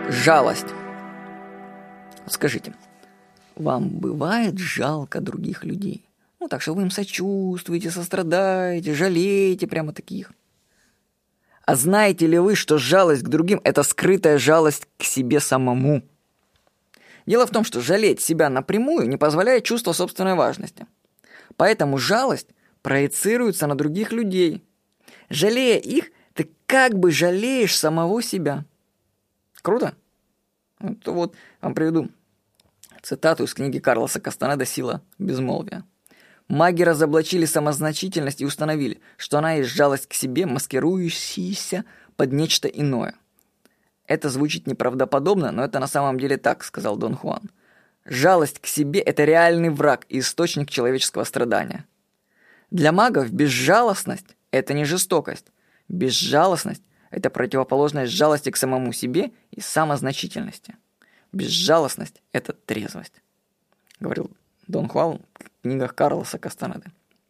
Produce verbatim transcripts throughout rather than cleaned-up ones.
Жалость. Скажите, вам бывает жалко других людей? Ну, так что вы им сочувствуете, сострадаете, жалеете прямо таких. А знаете ли вы, что жалость к другим – это скрытая жалость к себе самому? Дело в том, что жалеть себя напрямую не позволяет чувство собственной важности. Поэтому жалость проецируется на других людей. Жалея их, ты как бы жалеешь самого себя. Круто? Вот, вот вам приведу цитату из книги Карлоса Кастанеда «Сила безмолвия». Маги разоблачили самозначительность и установили, что она есть жалость к себе, маскирующаяся под нечто иное. Это звучит неправдоподобно, но это на самом деле так, сказал Дон Хуан. Жалость к себе – это реальный враг и источник человеческого страдания. Для магов безжалостность – это не жестокость. Безжалостность – это противоположность жалости к самому себе и самозначительности. Безжалостность – это трезвость, говорил Дон Хуан в книгах Карлоса Кастанеды.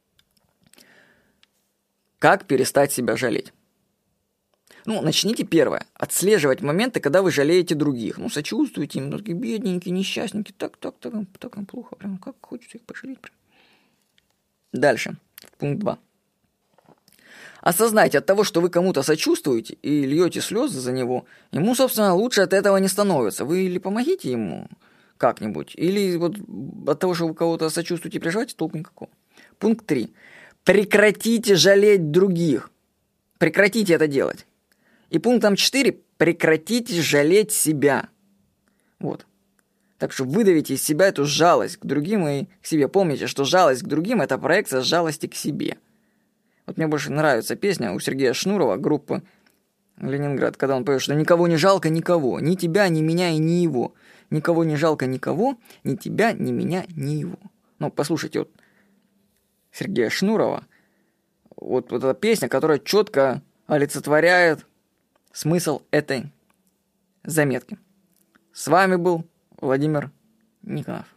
Как перестать себя жалеть? Ну, начните первое. Отслеживать моменты, когда вы жалеете других. Ну, сочувствуете им, такие бедненькие, несчастненькие. Так, так, так, так им плохо. Прям как хочется их пожалеть. Прям. Дальше. Пункт два. Осознайте от того, что вы кому-то сочувствуете и льете слезы за него, ему, собственно, лучше от этого не становится. Вы или помогите ему как-нибудь, или вот от того, что вы кого-то сочувствуете и переживаете, толку никакого. Пункт три. Прекратите жалеть других. Прекратите это делать. И пунктом четыре. Прекратите жалеть себя. Вот. Так что выдавите из себя эту жалость к другим и к себе. Помните, что жалость к другим – это проекция жалости к себе. Вот мне больше нравится песня у Сергея Шнурова, группы «Ленинград», когда он поет, что никого не жалко, никого, ни тебя, ни меня и ни его. Никого не жалко, никого, ни тебя, ни меня, ни его. Ну, послушайте, вот Сергея Шнурова, вот, вот эта песня, которая четко олицетворяет смысл этой заметки. С вами был Владимир Никонов.